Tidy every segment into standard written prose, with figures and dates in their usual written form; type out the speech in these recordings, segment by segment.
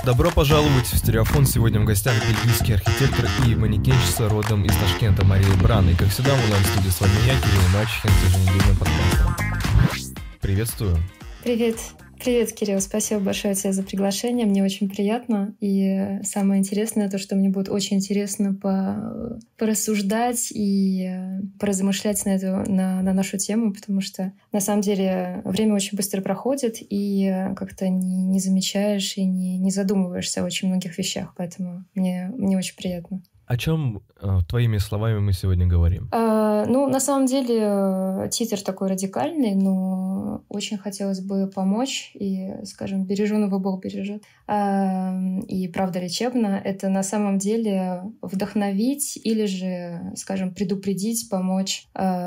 Добро пожаловать в Стереофон. Сегодня в гостях бельгийский архитектор и манекенщица родом из Ташкента Мария Бран. И как всегда в онлайн-студии с вами я, Кирилл Мачехин, с еженедельным подкастом. Приветствую. Привет. Привет, Кирилл. Спасибо большое тебе за приглашение. Мне очень приятно. И самое интересное, то, что мне будет очень интересно порассуждать и поразмышлять на нашу тему, потому что на самом деле время очень быстро проходит, и как-то не замечаешь и не задумываешься о очень многих вещах. Поэтому мне очень приятно. О чем, твоими словами, мы сегодня говорим? На самом деле, титр такой радикальный, но очень хотелось бы помочь и, скажем, береженого Бог бережет. И правда лечебно — это на самом деле вдохновить или же, скажем, предупредить, помочь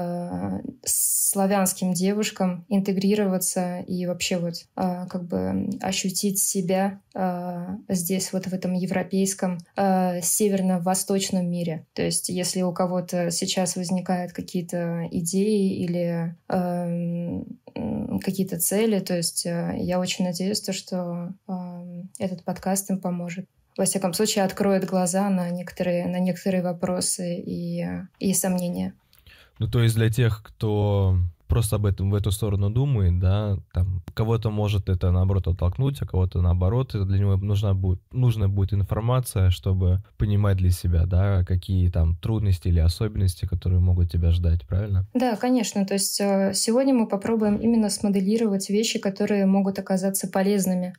славянским девушкам интегрироваться и вообще как бы ощутить себя здесь, в этом европейском, северно-восточном мире. То есть если у кого-то сейчас возникают какие-то идеи или какие-то цели, то есть я очень надеюсь, что этот подкаст им поможет. Во всяком случае, откроет глаза на некоторые вопросы и сомнения. То есть для тех, кто просто об этом в эту сторону думает, да, там кого-то может это наоборот оттолкнуть, а кого-то наоборот, для него нужна будет информация, чтобы понимать для себя, да, какие там трудности или особенности, которые могут тебя ждать, правильно? Да, конечно. То есть сегодня мы попробуем именно смоделировать вещи, которые могут оказаться полезными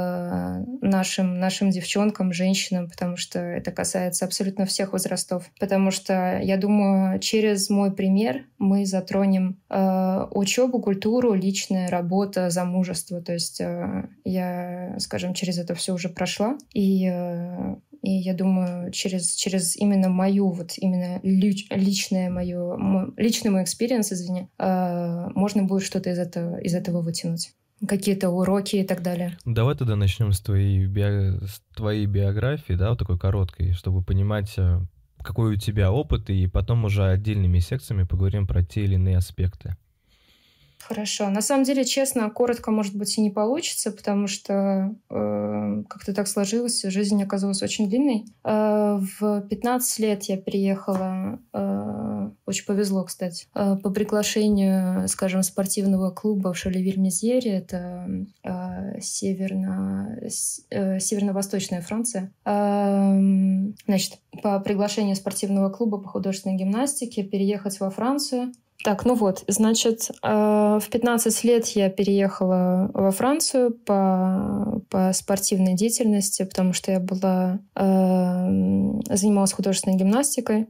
нашим девчонкам, женщинам, потому что это касается абсолютно всех возрастов. Потому что, я думаю, через мой пример мы затронем учебу, культуру, личная работа, замужество. То есть я, скажем, через это все уже прошла. И я думаю, через именно мою, именно личный мой экспириенс, можно будет что-то из этого вытянуть. Какие-то уроки и так далее. Давай тогда начнем с твоей биографии, да, вот такой короткой, чтобы понимать, какой у тебя опыт, и потом уже отдельными секциями поговорим про те или иные аспекты. Хорошо. На самом деле, честно, коротко, может быть, и не получится, потому что как-то так сложилось, жизнь оказалась очень длинной. В 15 лет я переехала, очень повезло, кстати, по приглашению, скажем, спортивного клуба в Шолевиль-Мезьере, это северно-восточная Франция. Значит, по приглашению спортивного клуба по художественной гимнастике переехать во Францию. Значит, в 15 лет я переехала во Францию по спортивной деятельности, потому что я занималась художественной гимнастикой,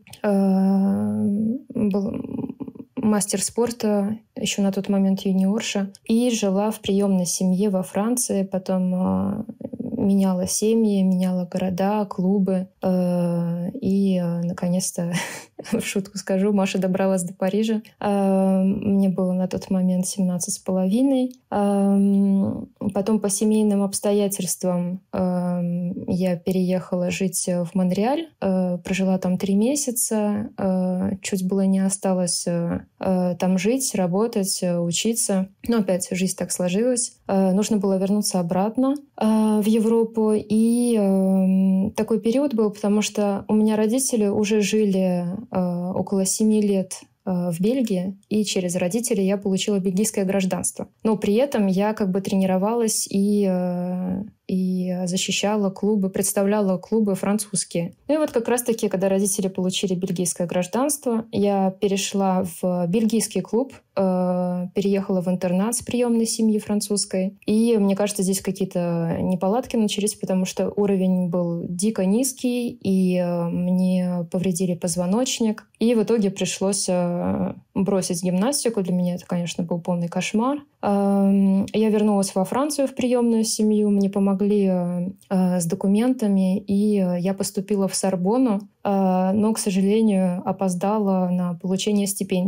был мастер спорта, еще на тот момент юниорша, и жила в приемной семье во Франции, потом меняла семьи, меняла города, клубы. И, наконец-то, в шутку скажу, Маша добралась до Парижа. Мне было на тот момент 17,5. Потом по семейным обстоятельствам я переехала жить в Монреаль. Прожила там 3 месяца. Чуть было не осталось там жить, работать, учиться. Но опять жизнь так сложилась. Нужно было вернуться обратно в Европу. И такой период был, потому что у меня родители уже жили около 7 лет в Бельгии, и через родителей я получила бельгийское гражданство. Но при этом я как бы тренировалась и защищала клубы, представляла клубы французские. Ну и как раз-таки, когда родители получили бельгийское гражданство, я перешла в бельгийский клуб, переехала в интернат с приемной семьи французской. И мне кажется, здесь какие-то неполадки начались, потому что уровень был дико низкий, и мне повредили позвоночник. И в итоге пришлось бросить гимнастику. Для меня это, конечно, был полный кошмар. Я вернулась во Францию в приемную семью, мне помогли с документами, и я поступила в Сорбонну, но, к сожалению, опоздала на получение стипендии.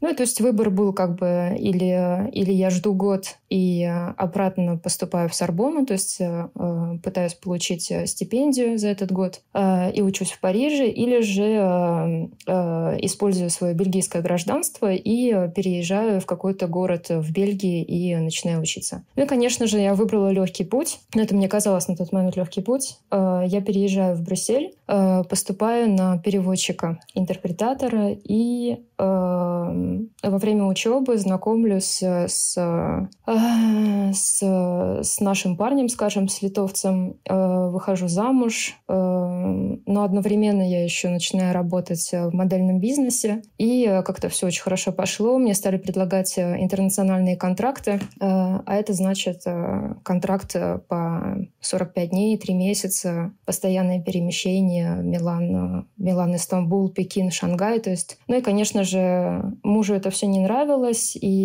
Ну, то есть выбор был как бы или я жду год и обратно поступаю в Сорбонну, то есть пытаюсь получить стипендию за этот год и учусь в Париже, или же использую свое бельгийское гражданство и переезжаю в какой-то город в Бельгии и начинаю учиться. Ну и, конечно же, я выбрала легкий путь. Это мне казалось на тот момент легкий путь. Я переезжаю в Брюссель, поступаю на переводчика, интерпретатора и во время учебы знакомлюсь с нашим парнем, скажем, с литовцем, выхожу замуж, но одновременно я еще начинаю работать в модельном бизнесе, и как-то все очень хорошо пошло. Мне стали предлагать интернациональные контракты, а это значит контракт по 45 дней, 3 месяца, постоянное перемещение, Милан, Истамбул, Пекин, Шангай. То есть, ну и, конечно же, мужу это все не нравилось, и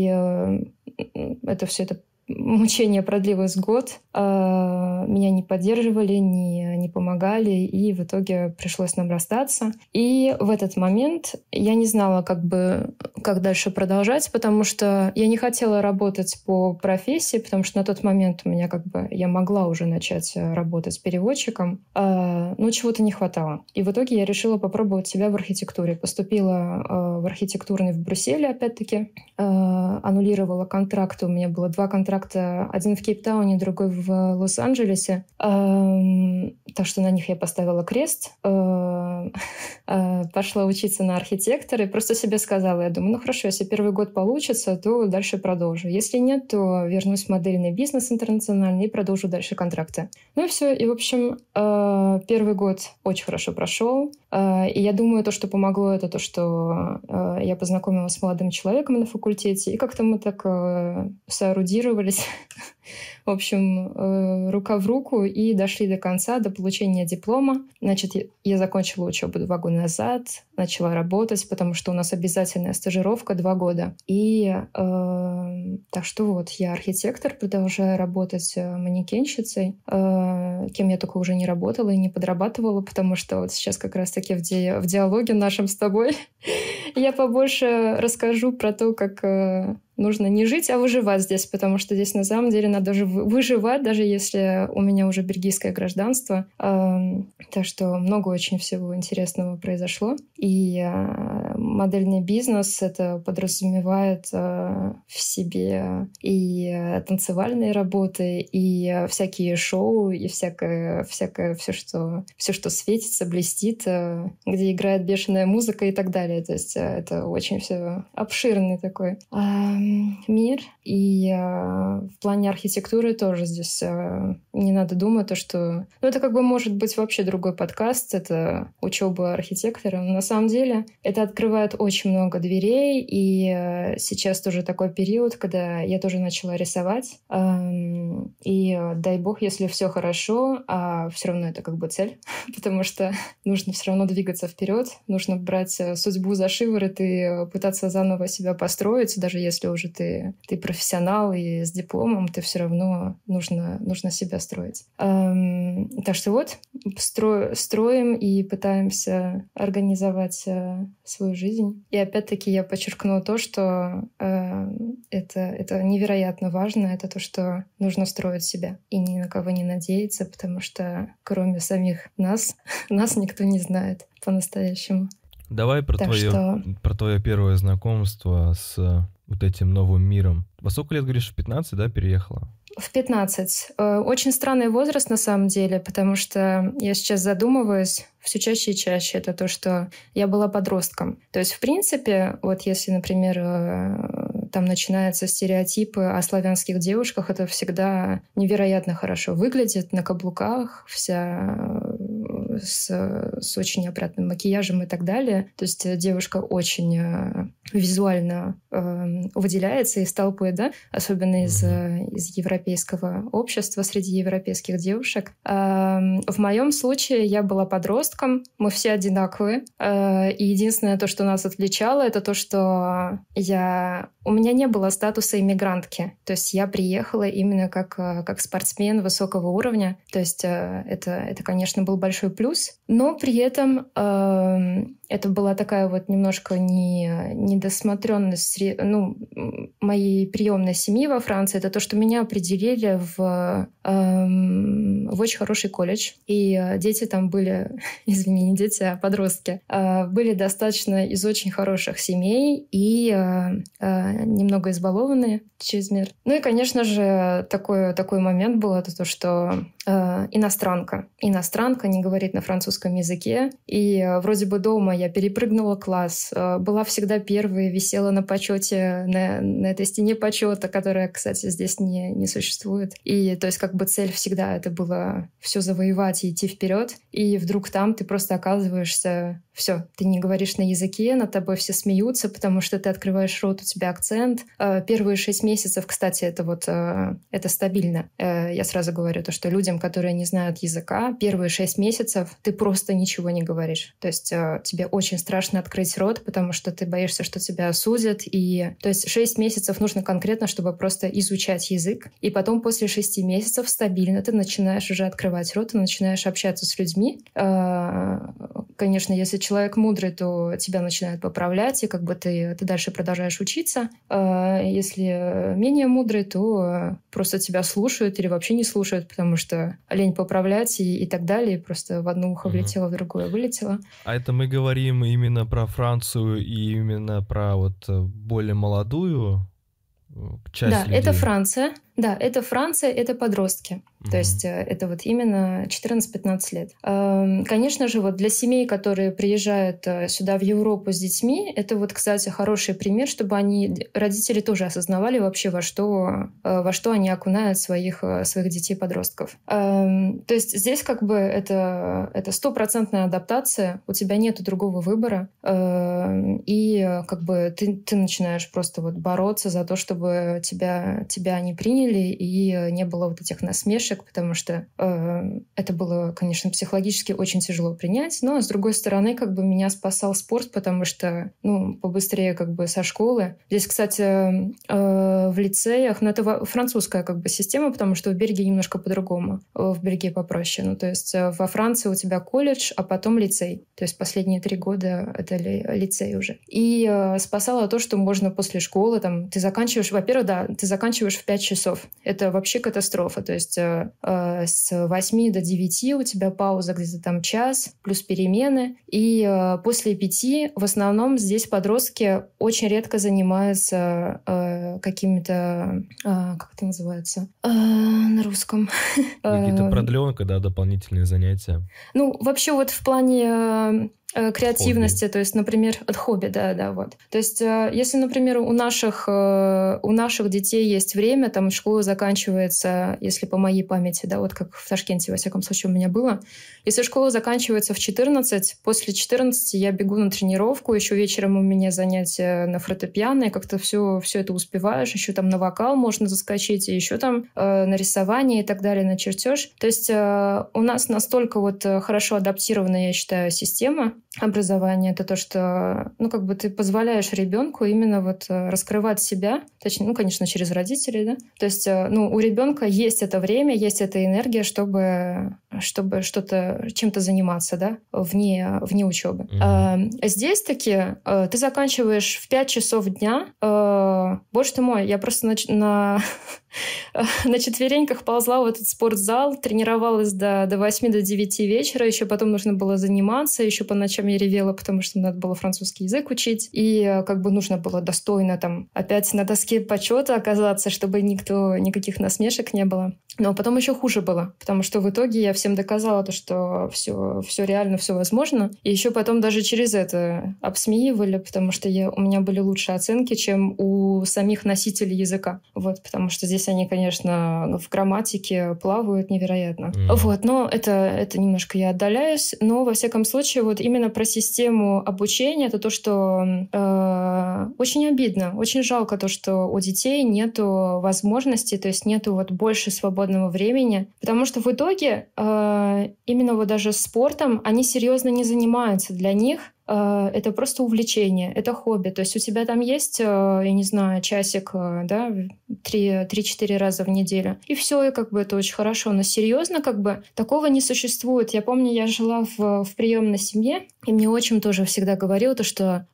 это мучение продлилось год. Меня не поддерживали, не помогали, и в итоге пришлось нам расстаться. И в этот момент я не знала, как дальше продолжать, потому что я не хотела работать по профессии, потому что на тот момент у меня я могла уже начать работать переводчиком, но чего-то не хватало. И в итоге я решила попробовать себя в архитектуре. Поступила в архитектурный в Брюсселе, опять-таки, аннулировала контракты. У меня было 2 контракта, один в Кейптауне, другой в Лос-Анджелесе. Так что на них я поставила крест. Пошла учиться на архитектора и просто себе сказала, я думаю, хорошо, если первый год получится, то дальше продолжу. Если нет, то вернусь в модельный бизнес интернациональный и продолжу дальше контракты. Ну и все. И, в общем, первый год очень хорошо прошел. И я думаю, то, что помогло, это то, что я познакомилась с молодым человеком на факультете, и как-то мы так соорудировались, в общем, рука в руку, и дошли до конца, до получения диплома. Значит, я закончила учебу 2 года назад, начала работать, потому что у нас обязательная стажировка 2 года. И так что вот, я архитектор, продолжаю работать манекенщицей, кем я только уже не работала и не подрабатывала, потому что вот сейчас как раз-таки в диалоге нашем с тобой я побольше расскажу про то, как нужно не жить, а выживать здесь, потому что здесь на самом деле надо же выживать, даже если у меня уже бельгийское гражданство. Так что много очень всего интересного произошло. И модельный бизнес это подразумевает в себе и танцевальные работы, и всякие шоу, и всякое все, что светится, блестит, где играет бешеная музыка и так далее. То есть это очень все обширный такой мир. И в плане архитектуры тоже здесь не надо думать, что... Ну, это может быть вообще другой подкаст, это учеба архитектора. Но на самом деле это открывает очень много дверей, и сейчас тоже такой период, когда я тоже начала рисовать. И дай бог, если все хорошо, а все равно это цель, потому что нужно все равно двигаться вперед, нужно брать судьбу за шиворот и пытаться заново себя построить, даже если уже ты профессионал и с дипломом, ты все равно нужно себя строить. Так что вот, строим и пытаемся организовать свою жизнь. И опять-таки я подчеркну то, что это невероятно важно, это то, что нужно строить себя и ни на кого не надеяться, потому что кроме самих нас никто не знает по-настоящему. Давай про твое первое знакомство с вот этим новым миром. Во сколько лет, говоришь, в 15, да, переехала? В 15. Очень странный возраст, на самом деле, потому что я сейчас задумываюсь все чаще и чаще. Это то, что я была подростком. То есть, в принципе, вот если, например, там начинаются стереотипы о славянских девушках, это всегда невероятно хорошо выглядит на каблуках, вся с очень опрятным макияжем и так далее. То есть девушка очень визуально выделяется из толпы, да, особенно из европейского общества, среди европейских девушек. В моем случае я была подростком, мы все одинаковые. И единственное то, что нас отличало, это то, что у меня не было статуса иммигрантки. То есть я приехала именно как спортсмен высокого уровня. То есть это, конечно, был большой плюс. Но при этом это была такая вот немножко не недосмотренность моей приемной семьи во Франции, это то, что меня определили в очень хороший колледж. И дети там были, извини, не дети, а подростки, были достаточно из очень хороших семей и немного избалованные чрезмерно. Ну и, конечно же, такой момент был, это то, что иностранка не говорит на французском языке. И вроде бы дома я перепрыгнула класс, была всегда первой, висела на почете, на этой стене почета, которая, кстати, здесь не существует. И то есть как бы цель всегда это было все завоевать и идти вперед. И вдруг там ты просто оказываешься... Все, ты не говоришь на языке, над тобой все смеются, потому что ты открываешь рот, у тебя акцент. Первые 6 месяцев, кстати, это стабильно. Я сразу говорю то, что людям, которые не знают языка, первые 6 месяцев ты просто ничего не говоришь. То есть тебе очень страшно открыть рот, потому что ты боишься, что тебя осудят. И то есть 6 месяцев нужно конкретно, чтобы просто изучать язык. И потом после 6 месяцев стабильно ты начинаешь уже открывать рот, ты начинаешь общаться с людьми. Конечно, если человек мудрый, то тебя начинают поправлять, и как бы ты дальше продолжаешь учиться. Если менее мудрый, то просто тебя слушают или вообще не слушают, потому что лень поправлять и так далее. Просто в одно ухо влетело, в другое вылетело. А это мы говорим именно про Францию и именно про вот более молодую часть Да, людей? это Франция. Да, это Франция, это подростки. То есть это вот именно 14-15 лет. Конечно же, вот для семей, которые приезжают сюда в Европу с детьми, это вот, кстати, хороший пример, чтобы родители тоже осознавали вообще, во что они окунают своих детей-подростков. То есть здесь как бы это 100% адаптация, у тебя нету другого выбора, и как бы ты начинаешь просто вот бороться за то, чтобы тебя не приняли, и не было вот этих насмешек, потому что это было, конечно, психологически очень тяжело принять, но с другой стороны, как бы меня спасал спорт, потому что, побыстрее как бы со школы. Здесь, кстати, в лицеях, это французская как бы система, потому что в Бельгии немножко по-другому, в Бельгии попроще. То есть во Франции у тебя колледж, а потом лицей. То есть последние 3 года это лицей уже. И спасало то, что можно после школы, ты заканчиваешь, во-первых, да, ты заканчиваешь в 5 часов. Это вообще катастрофа. То есть с 8 до 9 у тебя пауза где-то там час, плюс перемены. И после 5 в основном здесь подростки очень редко занимаются какими-то... как это называется? На русском. Какие-то продленка, да, дополнительные занятия. Вообще вот в плане... креативности, хобби. То есть, например, от хобби, да, вот. То есть, если, например, у наших детей есть время, там школа заканчивается, если по моей памяти, да, вот как в Ташкенте, во всяком случае, у меня было. Если школа заканчивается в 14, после 14 я бегу на тренировку, еще вечером у меня занятия на фортепиано, и как-то все это успеваешь, еще там на вокал можно заскочить, и еще там на рисование и так далее, на чертеж. То есть у нас настолько вот хорошо адаптированная, я считаю, система образования, это то, что, как бы ты позволяешь ребенку именно вот раскрывать себя, точнее, конечно, через родителей, да. То есть, у ребенка есть это время, есть эта энергия, чтобы чем-то заниматься, да, вне учебы. Здесь таки ты заканчиваешь в 5 часов дня. Боже ты мой, я просто на четвереньках ползла в этот спортзал, тренировалась до 8 до 9 вечера, еще потом нужно было заниматься, еще по ночам я ревела, потому что надо было французский язык учить, и как бы нужно было достойно там опять на доске почета оказаться, чтобы никаких насмешек не было. Но потом еще хуже было, потому что в итоге я всем доказала то, что все реально, все возможно. И еще потом даже через это обсмеивали, потому что у меня были лучшие оценки, чем у самих носителей языка. Вот, потому что здесь они, конечно, в грамматике плавают невероятно. Вот, но это немножко я отдаляюсь. Но, во всяком случае, вот именно про систему обучения, это то, что очень обидно, очень жалко то, что у детей нету возможности, то есть нету вот больше свободного времени, потому что в итоге именно вот даже спортом они серьезно не занимаются. Для них это просто увлечение, это хобби. То есть у тебя там есть, я не знаю, часик, да, 3-4 раза в неделю. И все, и как бы это очень хорошо. Но серьезно, как бы такого не существует. Я помню, я жила в приемной семье, и мне отчим тоже всегда говорил, то, что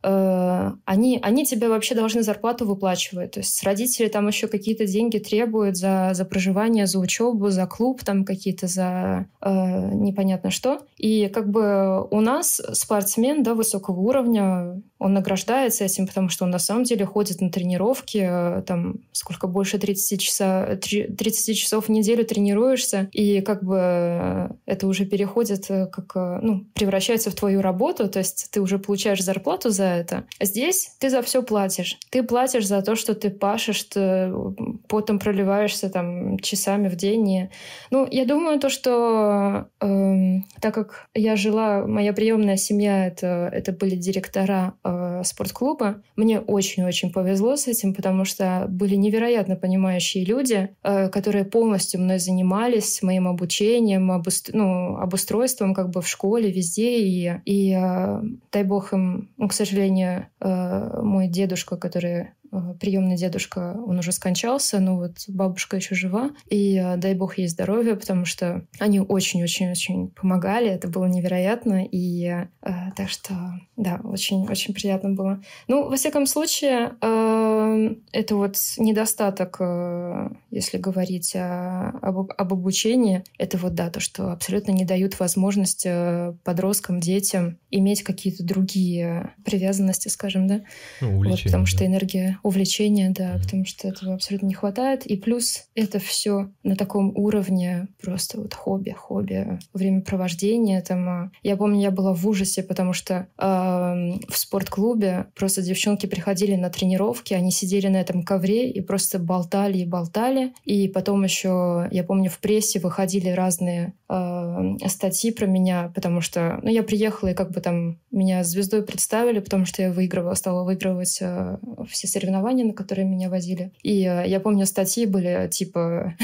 они тебе вообще должны зарплату выплачивать. То есть родители там еще какие-то деньги требуют за проживание, за учебу, за клуб, там какие-то за непонятно что. И как бы у нас спортсмен, да, высокого уровня, он награждается этим, потому что он на самом деле ходит на тренировки, там сколько больше 30 часов в неделю тренируешься, и как бы это уже переходит, превращается в твою работу, то есть ты уже получаешь зарплату за это. А здесь ты за все платишь. Ты платишь за то, что ты пашешь, ты потом проливаешься там часами в день. Я думаю, то, что так как я жила, моя приемная семья, это были директора спортклуба, мне очень-очень повезло с этим, потому что были невероятно понимающие люди, которые полностью мной занимались, моим обучением, обустройством как бы в школе, везде. И дай бог им, к сожалению, мой дедушка, который приемный дедушка, он уже скончался, но вот бабушка еще жива, и дай бог ей здоровья, потому что они очень-очень-очень помогали, это было невероятно, и так что, да, очень-очень приятно было. Во всяком случае, это вот недостаток, если говорить об обучении, это вот, да, то, что абсолютно не дают возможность подросткам, детям иметь какие-то другие привязанности, скажем, да, увлечения, потому что энергия увлечения, да, потому что этого абсолютно не хватает. И плюс это все на таком уровне просто вот хобби, времяпровождение. Там, я помню, я была в ужасе, потому что в спортклубе просто девчонки приходили на тренировки, они сидели на этом ковре и просто болтали и болтали. И потом еще, я помню, в прессе выходили разные статьи про меня, потому что я приехала, и как бы там меня звездой представили, потому что я стала выигрывать все соревнования, на которые меня возили. И я помню, статьи были типа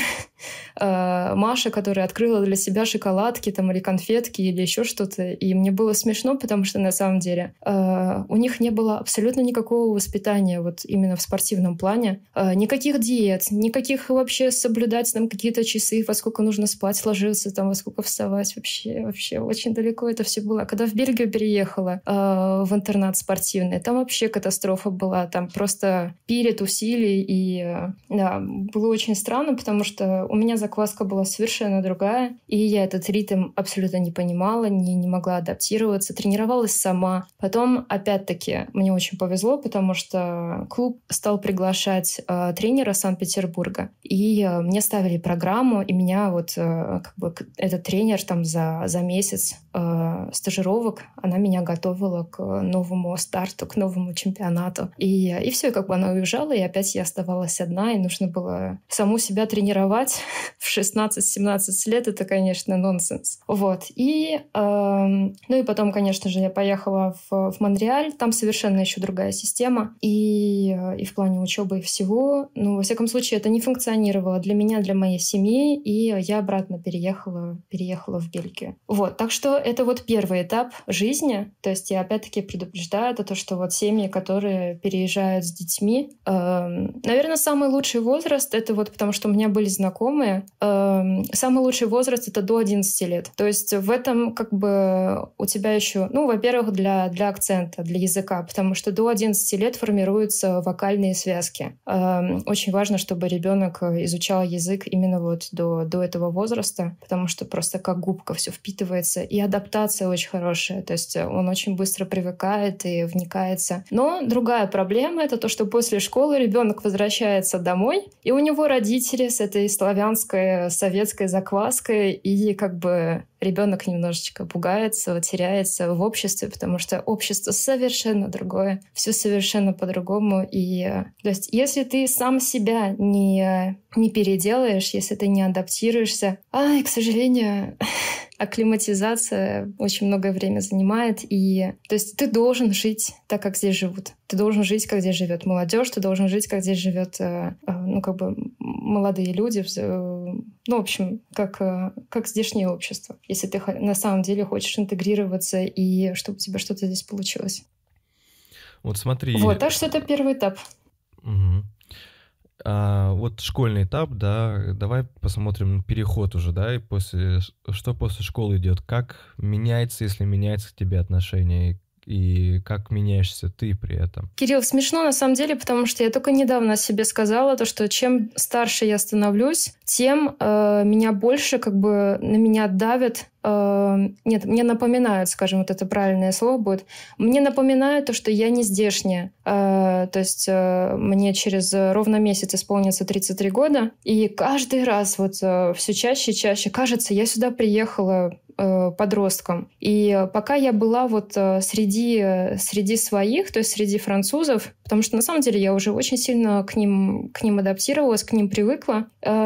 Маша, которая открыла для себя шоколадки там, или конфетки, или еще что-то. И мне было смешно, потому что на самом деле у них не было абсолютно никакого воспитания вот именно в спортивном плане. Никаких диет, никаких вообще соблюдать там какие-то часы, во сколько нужно спать, ложиться, там, во сколько вставать. Вообще очень далеко это все было. Когда в Бельгию переехала в интернат спортивный, там вообще катастрофа была. Там просто пили, тусили. И да, было очень странно, потому что у меня закваска была совершенно другая, и я этот ритм абсолютно не понимала, не могла адаптироваться, тренировалась сама. Потом, опять-таки, мне очень повезло, потому что клуб стал приглашать тренера Санкт-Петербурга, и мне ставили программу, и меня вот как бы этот тренер там за месяц стажировок, она меня готовила к новому старту, к новому чемпионату. И все, как бы она уезжала, и опять я оставалась одна, и нужно было саму себя тренировать в 16-17 лет. Это, конечно, нонсенс. Вот. И потом, конечно же, я поехала в Монреаль. Там совершенно еще другая система. И в плане учебы и всего. Во всяком случае, это не функционировало для меня, для моей семьи. И я обратно переехала в Бельгию. Вот. Так что это вот первый этап жизни. То есть я опять-таки предупреждаю то, что вот семьи, которые переезжают с детьми, наверное, самый лучший возраст, это вот потому что у меня были знакомые, самый лучший возраст — это до 11 лет. То есть в этом как бы у тебя еще, во-первых, для акцента, для языка, потому что до 11 лет формируются вокальные связки. Очень важно, чтобы ребенок изучал язык именно вот до этого возраста, потому что просто как губка все впитывается, и адаптация очень хорошая, то есть он очень быстро привыкает и вникается. Но другая проблема — это то, что после школы ребенок возвращается домой, и у него родители с этой славянской, советской закваской, и как бы ребенок немножечко пугается, теряется в обществе, потому что общество совершенно другое, все совершенно по-другому. И то есть, если ты сам себя не переделаешь, если ты не адаптируешься, к сожалению, акклиматизация очень многое время занимает. И то есть ты должен жить так, как здесь живут. Ты должен жить, как здесь живет молодежь, ты должен жить, как здесь живет молодые люди, в общем, как здешнее общество. если ты на самом деле хочешь интегрироваться и чтобы у тебя что-то здесь получилось. Вот смотри. Вот, так что это первый этап. Угу. Вот школьный этап, да, давай посмотрим переход уже, да, и что после школы идет, как меняется, если меняется к тебе отношение, и как меняешься ты при этом? Кирилл, смешно на самом деле, потому что я только недавно себе сказала, то, что чем старше я становлюсь, тем меня больше как бы на меня давят. Нет, мне напоминают, скажем, вот это правильное слово будет, мне напоминают то, что я не здешняя. То есть мне через ровно месяц исполнится 33 года, и каждый раз вот все чаще и чаще кажется, я сюда приехала подростком. И пока я была вот среди своих, то есть среди французов, потому что на самом деле я уже очень сильно к ним адаптировалась, к ним привыкла,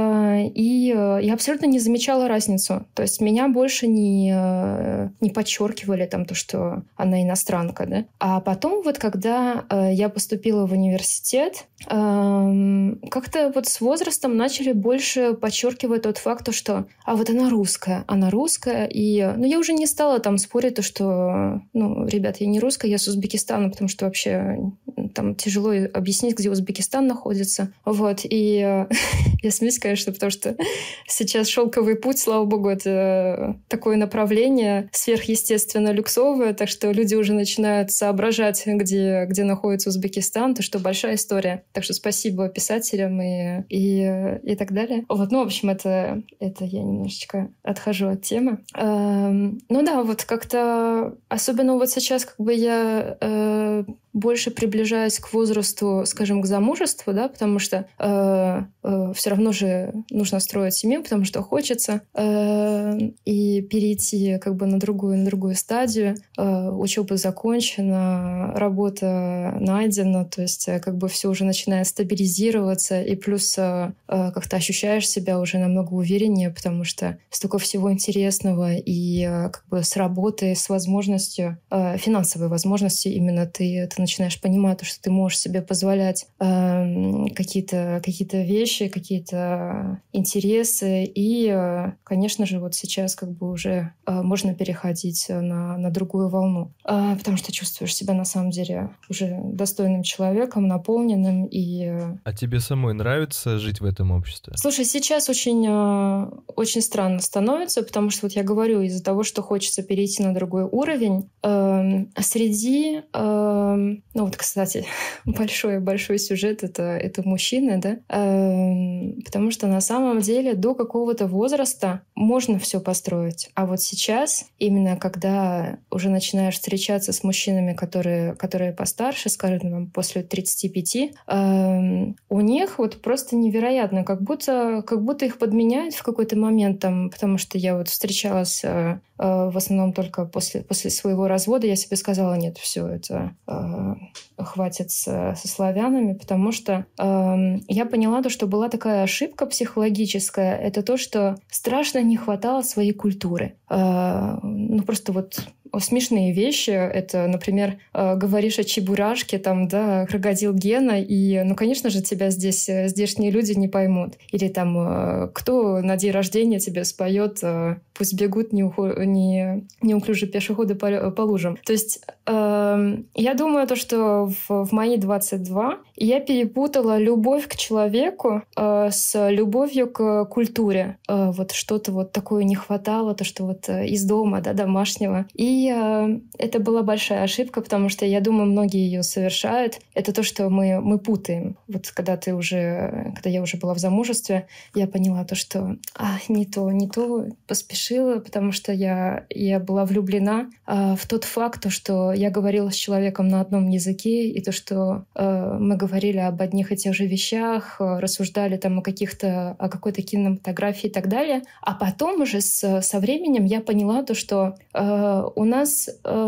и я абсолютно не замечала разницу. То есть меня больше не подчеркивали там то, что она иностранка, да. А потом вот когда я поступила в университет, как-то вот с возрастом начали больше подчеркивать тот факт, что вот она русская, и я уже не стала там спорить, то, что, ребят, я не русская, я с Узбекистана, потому что вообще там тяжело объяснить, где Узбекистан находится. Вот, и я смеюсь, конечно, потому что сейчас шелковый путь, слава богу, это такое направление сверхъестественно люксовое, так что люди уже начинают соображать, где находится Узбекистан, то что большая история. Так что спасибо писателям и так далее. Вот, в общем, это я немножечко отхожу от темы. Вот как-то, особенно вот сейчас как бы я больше приближаюсь к возрасту, скажем, к замужеству, да, потому что все равно же нужно строить семью, потому что хочется, и перейти как бы на другую стадию. Учеба закончена, работа найдена, то есть как бы все уже начинает стабилизироваться, и плюс как-то ощущаешь себя уже намного увереннее, потому что столько всего интересного, и как бы с работой, с возможностью, финансовой возможностью именно ты начинаешь понимать, что ты можешь себе позволять какие-то вещи, какие-то интересы. И, конечно же, вот сейчас как бы уже можно переходить на другую волну. Потому что чувствуешь себя на самом деле уже достойным человеком, наполненным. А тебе самой нравится жить в этом обществе? Слушай, сейчас очень, очень странно становится, потому что вот я говорю, из-за того, что хочется перейти на другой уровень, среди... кстати, большой сюжет — это мужчины, да? Потому что на самом деле до какого-то возраста можно все построить. А вот сейчас, именно когда уже начинаешь встречаться с мужчинами, которые постарше, скажем, после 35, у них вот просто невероятно, как будто их подменяют в какой-то момент, там, потому что я вот встречалась в основном только после своего развода, я себе сказала, нет, все это хватит со славянами, потому что я поняла то, что была такая ошибка психологическая, это то, что страшно не хватало своей культуры. Просто вот смешные вещи. Это, например, говоришь о Чебурашке, там, да, крокодил Гена, и, конечно же, тебя здесь здешние люди не поймут. Или там, кто на день рождения тебе споет «Пусть бегут неуклюжие пешеходы по лужам». То есть я думаю, то, что в мои 22 я перепутала любовь к человеку с любовью к культуре. Вот что-то вот такое не хватало, то, что вот из дома, да, домашнего. И это была большая ошибка, потому что, я думаю, многие ее совершают. Это то, что мы путаем. Вот когда я уже была в замужестве, я поняла то, что не то, поспешила, потому что я была влюблена в тот факт, что я говорила с человеком на одном языке, и то, что мы говорили об одних и тех же вещах, рассуждали там о какой-то кинематографии и так далее. А потом уже со временем я поняла то, что у нас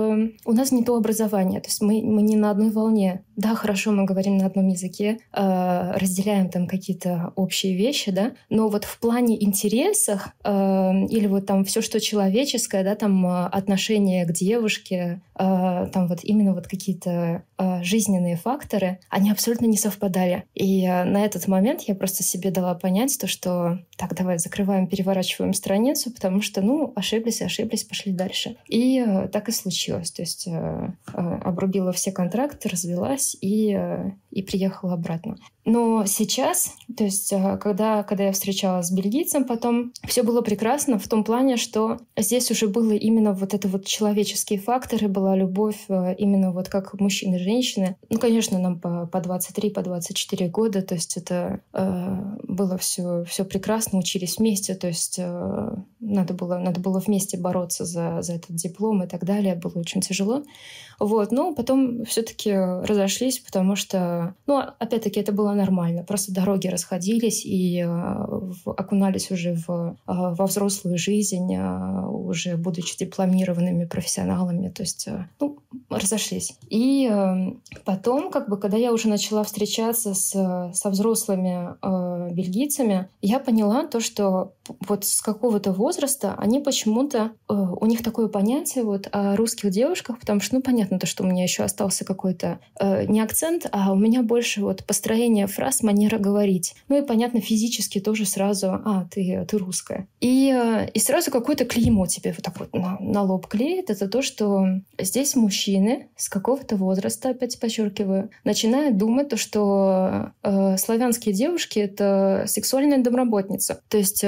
не то образование, то есть мы не на одной волне. Да, хорошо, мы говорим на одном языке, разделяем там какие-то общие вещи, да, но вот в плане интересов или вот там все, что человеческое, да, там отношение к девушке, там вот именно вот какие-то жизненные факторы, они абсолютно не совпадали. И на этот момент я просто себе дала понять то, что так, давай закрываем, переворачиваем страницу, потому что, ошиблись, пошли дальше. И так и случилось. То есть обрубила все контракты, развелась и приехала обратно. Но сейчас, то есть когда я встречалась с бельгийцем, потом все было прекрасно в том плане, что здесь уже было именно вот это вот человеческие факторы, была любовь именно вот как мужчины и женщины. Конечно, нам по 23, по 24 года, то есть это было все прекрасно, учились вместе, то есть надо было вместе бороться за этот диплом и так далее, было очень тяжело. Вот, но потом все-таки разошлись, потому что, опять-таки, это было нормально. Просто дороги расходились и окунались уже во взрослую жизнь, уже будучи дипломированными профессионалами. То есть, разошлись. И потом, когда я уже начала встречаться со взрослыми бельгийцами, я поняла то, что вот с какого-то возраста они почему-то, у них такое понятие вот о русских девушках, потому что, понятно, то, что у меня еще остался какой-то не акцент, а у меня больше вот построение фраз, манера говорить. И, понятно, физически тоже сразу, ты русская. И сразу какое-то клеймо тебе вот так вот на лоб клеит. Это то, что здесь мужчины с какого-то возраста, опять подчеркиваю, начинают думать то, что славянские девушки — это сексуальная домработница. То есть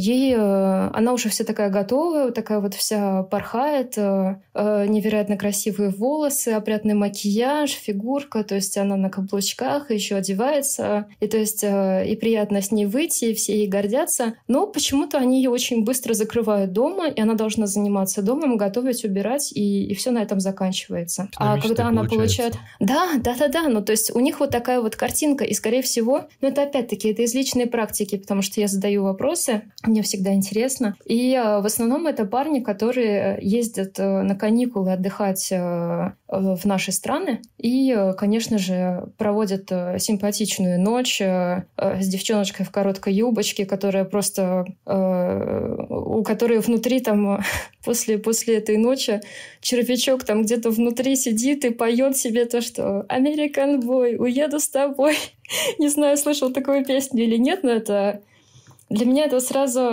она уже вся такая готовая, такая вот вся порхает, невероятно красивые волосы, опрятный макияж, фигурка, то есть она на каблучках еще одевается, и то есть и приятно с ней выйти, и все ей гордятся, но почему-то они ее очень быстро закрывают дома, и она должна заниматься домом, готовить, убирать, и все на этом заканчивается. А когда она получает... Да, то есть у них вот такая вот картинка, и скорее всего, это опять-таки, это из личной практики, потому что я задаю вопросы, мне всегда интересно, и в основном это парни, которые ездят на каникулы отдыхать в наши страны и, конечно же, проводят симпатичную ночь с девчоночкой в короткой юбочке, которая просто... у которой внутри там после этой ночи червячок там где-то внутри сидит и поет себе то, что «American Boy, уеду с тобой». Не знаю, слышал такую песню или нет, но это... Для меня это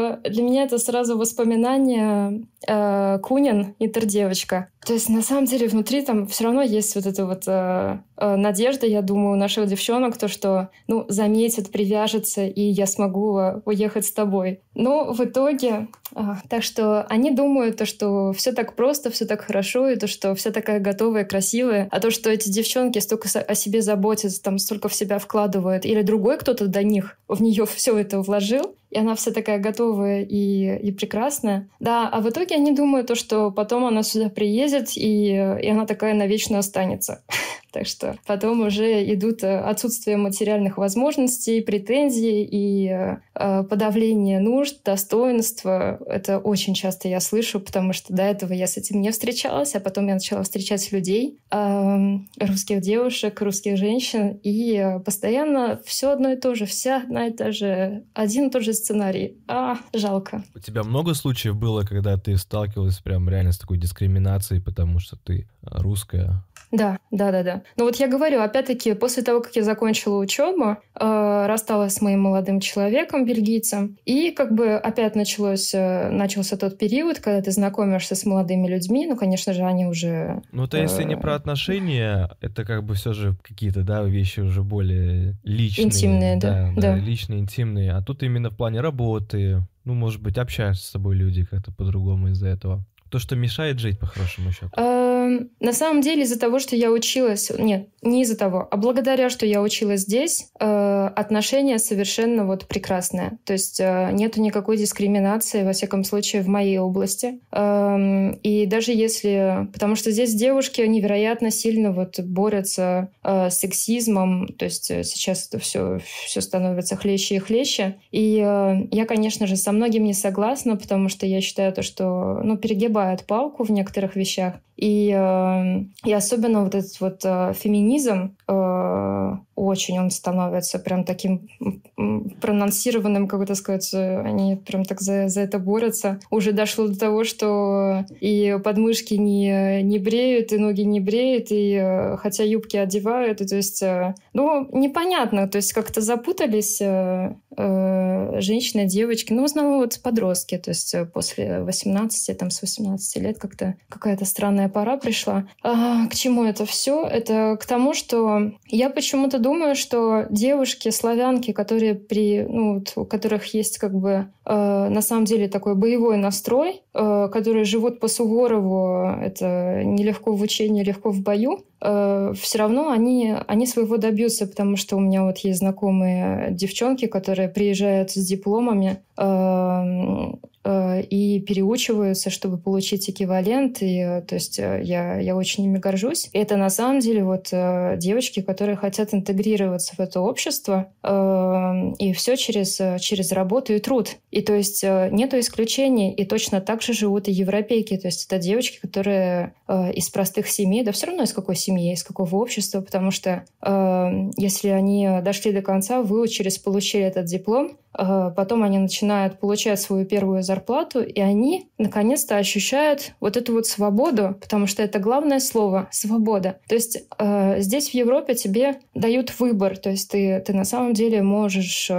сразу воспоминание Кунин, интердевочка. То есть, на самом деле, внутри там все равно есть вот эта вот надежда, я думаю, у наших девчонок, то, что, заметят, привяжется, и я смогу уехать с тобой. Но в итоге... так что они думают, то, что все так просто, все так хорошо, и то, что вся такая готовая, красивая, а то, что эти девчонки столько о себе заботятся, там столько в себя вкладывают, или другой кто-то до них в нее все это вложил, и она вся такая готовая и прекрасная. Да, а в итоге они думают, то, что потом она сюда приедет, и она такая навечно останется. Так что потом уже идут отсутствие материальных возможностей, претензий и подавление нужд, достоинства. Это очень часто я слышу, потому что до этого я с этим не встречалась, а потом я начала встречать людей, русских девушек, русских женщин, и постоянно все одно и то же, вся одна и та же, один и тот же сценарий. Жалко. У тебя много случаев было, когда ты сталкивалась прям реально с такой дискриминацией, потому что ты русская? Да. Но вот я говорю, опять-таки, после того, как я закончила учебу, рассталась с моим молодым человеком, бельгийцем, и опять начался тот период, когда ты знакомишься с молодыми людьми, конечно же, они уже... это если не про отношения, это все же какие-то, вещи уже более личные. Интимные, да. Личные, интимные. А тут именно в плане работы, может быть, общаются с тобой люди как-то по-другому из-за этого. То, что мешает жить, по хорошему счету. На самом деле, из-за того, что я училась... Нет, не из-за того, а благодаря, что я училась здесь, отношения совершенно прекрасные. То есть нету никакой дискриминации, во всяком случае, в моей области. И даже если... Потому что здесь девушки невероятно сильно борются с сексизмом. То есть сейчас это все становится хлеще и хлеще. И я, конечно же, со многим не согласна, потому что я считаю, что перегибают палку в некоторых вещах. И особенно этот феминизм очень он становится прям таким прононсированным, как это сказать, они прям так за это борются. Уже дошло до того, что и подмышки не бреют, и ноги не бреют, и хотя юбки одевают, и, то есть, непонятно, то есть как-то запутались женщины, девочки, в основном вот подростки, то есть после 18, там с 18 лет как-то какая-то странная пора пришла. К чему это все? Это к тому, что я почему-то думаю, что девушки, славянки, которые у которых есть как бы на самом деле такой боевой настрой, которые живут по Суворову, это нелегко в учении, легко в бою, все равно они своего добьются, потому что у меня вот есть знакомые девчонки, которые приезжают с дипломами и переучиваются, чтобы получить эквивалент. И, то есть я очень ими горжусь. И это на самом деле вот девочки, которые хотят интегрироваться в это общество, и все через работу и труд. И то есть нету исключений. И точно так же живут и европейки. То есть это девочки, которые из простых семей, да все равно из какой семьи, из какого общества, потому что если они дошли до конца, выучились, получили этот диплом, потом они начинают получать свою первую зарплату, и они наконец-то ощущают вот эту вот свободу, потому что это главное слово — свобода. То есть здесь в Европе тебе дают выбор, то есть ты на самом деле можешь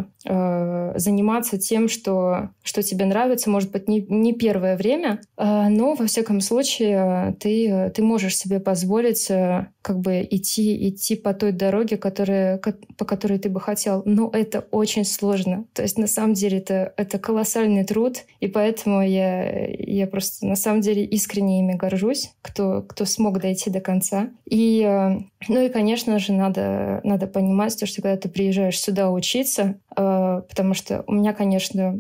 заниматься тем, что тебе нравится, может быть, не первое время, но во всяком случае ты можешь себе позволить как бы идти по той дороге, по которой ты бы хотел. Но это очень сложно. То есть на самом деле это колоссальный труд, и поэтому я просто на самом деле искренне ими горжусь, кто смог дойти до конца. И конечно же, надо понимать, что когда ты приезжаешь сюда учиться, потому что у меня, конечно,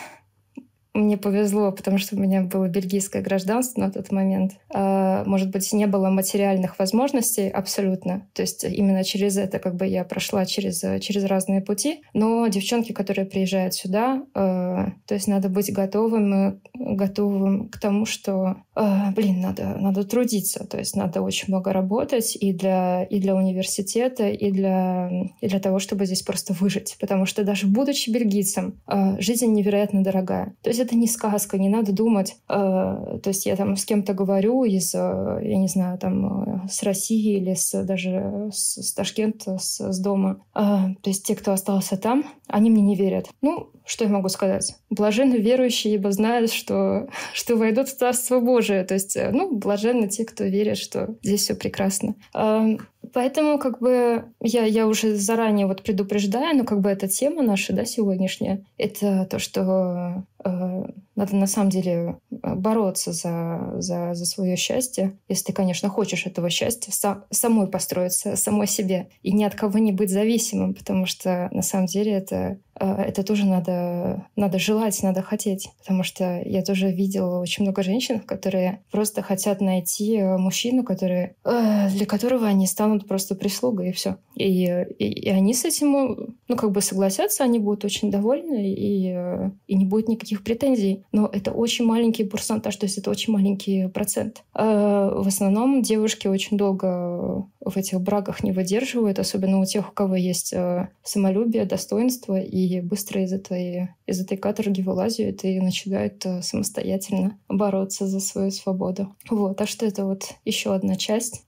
мне повезло, потому что у меня было бельгийское гражданство на тот момент. Может быть, не было материальных возможностей абсолютно. То есть именно через это как бы я прошла через разные пути. Но девчонки, которые приезжают сюда, то есть надо быть готовым к тому, что, надо трудиться. То есть надо очень много работать и для университета, и для того, чтобы здесь просто выжить. Потому что даже будучи бельгийцем, жизнь невероятно дорогая. То есть это не сказка, не надо думать. То есть я там с кем-то говорю из, я не знаю, там с России или даже с Ташкента, с дома. То есть те, кто остался там, они мне не верят. Что я могу сказать? Блаженны верующие, ибо знают, что войдут в Царство Божие. То есть, блаженны те, кто верит, что здесь все прекрасно. Поэтому как бы я уже заранее вот предупреждаю, но как бы эта тема наша, да, сегодняшняя, это то, что надо на самом деле бороться за свое счастье, если ты, конечно, хочешь этого счастья, самой построиться, самой себе, и ни от кого не быть зависимым, потому что на самом деле это тоже надо желать, надо хотеть, потому что я тоже видела очень много женщин, которые просто хотят найти мужчину, для которого они станут просто прислугой, и все. И они с этим, согласятся, они будут очень довольны, и не будет никаких претензий. Но это очень маленький процентаж, то есть это очень маленький процент. В основном девушки очень долго в этих браках не выдерживают, особенно у тех, у кого есть самолюбие, достоинство, и быстро из этой каторги вылазят и начинают самостоятельно бороться за свою свободу. Так что это вот еще одна часть.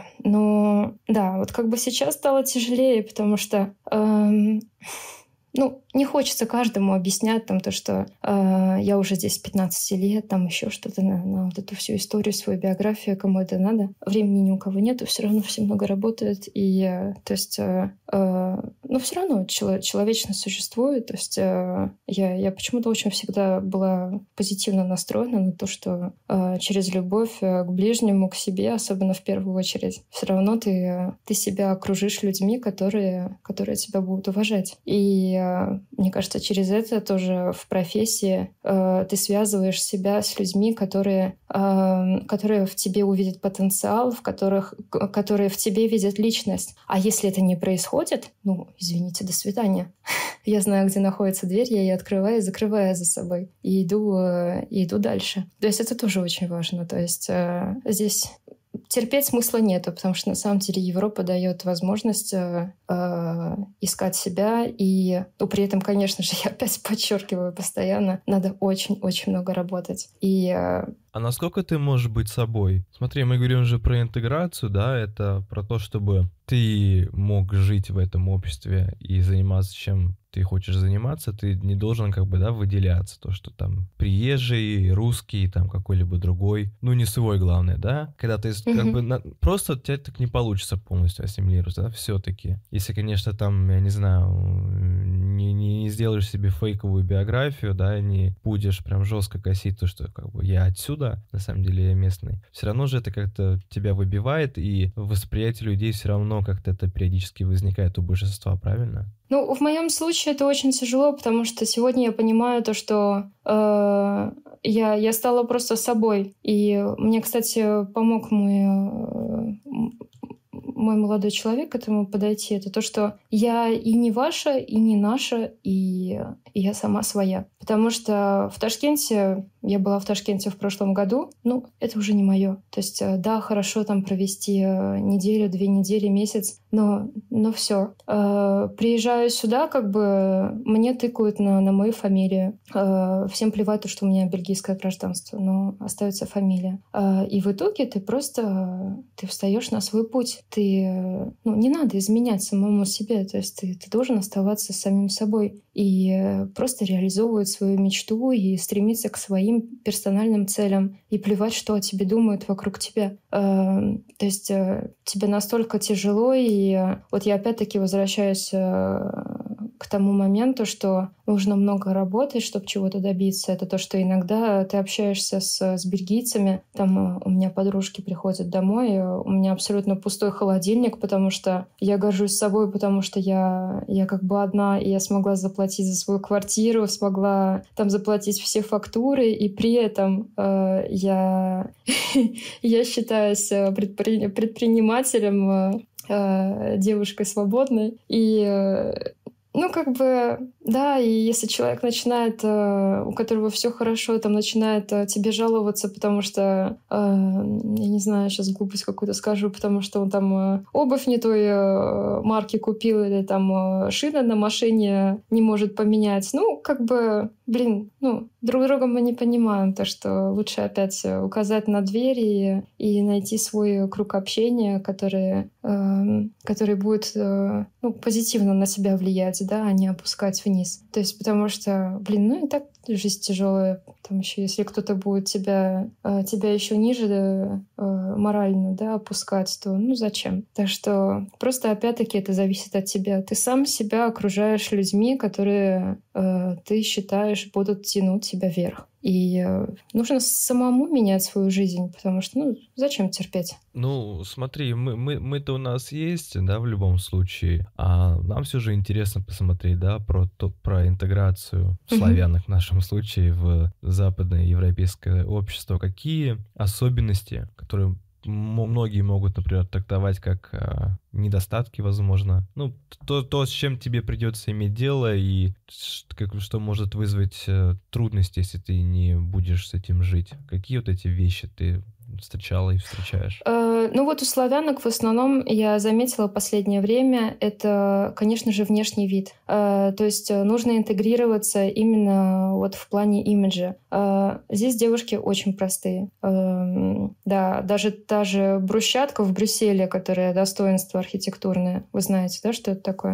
Вот как бы сейчас стало тяжелее, потому что не хочется каждому объяснять то, что я уже здесь 15 лет, там еще что-то на вот эту всю историю, свою биографию, кому это надо. Времени ни у кого нету, все равно все много работают. И, то есть, все равно человечность существует. То есть, я почему-то очень всегда была позитивно настроена на то, что через любовь к ближнему, к себе, особенно в первую очередь, все равно ты себя окружишь людьми, которые тебя будут уважать. И мне кажется, через это тоже в профессии ты связываешь себя с людьми, которые в тебе увидят потенциал, которые в тебе видят личность. А если это не происходит, извините, до свидания. Я знаю, где находится дверь, я ее открываю и закрываю за собой. И иду дальше. То есть это тоже очень важно. То есть здесь терпеть смысла нету, потому что на самом деле Европа дает возможность искать себя. И при этом, конечно же, я опять подчеркиваю постоянно, надо очень-очень много работать. А насколько ты можешь быть собой? Смотри, мы говорим же про интеграцию, да, это про то, чтобы ты мог жить в этом обществе и заниматься чем ты хочешь заниматься, ты не должен выделяться. То, что там приезжий, русский, там какой-либо другой, не свой, главное, да? Когда ты просто у тебя так не получится полностью ассимилироваться, да, все-таки. Если, конечно, там, я не знаю, не сделаешь себе фейковую биографию, да, не будешь прям жестко косить то, что я отсюда, на самом деле я местный. Все равно же это как-то тебя выбивает, и восприятие людей все равно как-то это периодически возникает у большинства, правильно? В моем случае это очень тяжело, потому что сегодня я понимаю то, что я стала просто собой. И мне, кстати, помог мой молодой человек к этому подойти. Это то, что я и не ваша, и не наша, и я сама своя. Потому что я была в Ташкенте в прошлом году, это уже не мое. То есть, да, хорошо там провести неделю, 2 недели, месяц, но все. Приезжаю сюда, мне тыкают на мою фамилию. Всем плевать, что у меня бельгийское гражданство, но остается фамилия. И в итоге ты встаешь на свой путь. Не надо изменять самому себе, то есть ты должен оставаться самим собой и просто реализовывать свою мечту и стремиться к своим персональным целям и плевать, что о тебе думают вокруг тебя. То есть тебе настолько тяжело, и вот я опять-таки возвращаюсь к тому моменту, что нужно много работать, чтобы чего-то добиться. Это то, что иногда ты общаешься с бельгийцами. Там у меня подружки приходят домой, и у меня абсолютно пустой холодильник, потому что я горжусь собой, потому что я одна, и я смогла заплатить за свою квартиру, смогла там заплатить все фактуры, и при этом я считаюсь предпринимателем, девушкой свободной. И да, и если человек начинает, у которого все хорошо, там начинает тебе жаловаться, потому что, я не знаю, сейчас глупость какую-то скажу, потому что он там обувь не той марки купил или там шина на машине не может поменять. Друг друга мы не понимаем, то, что лучше опять указать на дверь и найти свой круг общения, который будет позитивно на себя влиять, да, а не опускать вниз. То есть потому что, и так жизнь тяжелая. Там еще, если кто-то будет тебя еще ниже морально, да, опускать, то зачем? Так что просто опять-таки это зависит от тебя. Ты сам себя окружаешь людьми, которые ты считаешь будут тянуть тебя вверх. И нужно самому менять свою жизнь, потому что, зачем терпеть? Смотри, мы-то у нас есть, да, в любом случае, а нам все же интересно посмотреть, да, про интеграцию славянок в нашем случае в западное европейское общество. Какие особенности, которые многие могут, например, трактовать как недостатки, возможно. То, с чем тебе придется иметь дело, и что может вызвать трудности, если ты не будешь с этим жить. Какие вот эти вещи ты встречала и встречаешь? У славянок в основном я заметила в последнее время, это, конечно же, внешний вид. То есть нужно интегрироваться именно в плане имиджа. Здесь девушки очень простые. Да, даже та же брусчатка в Брюсселе, которая достоинство архитектурное, вы знаете, да, что это такое?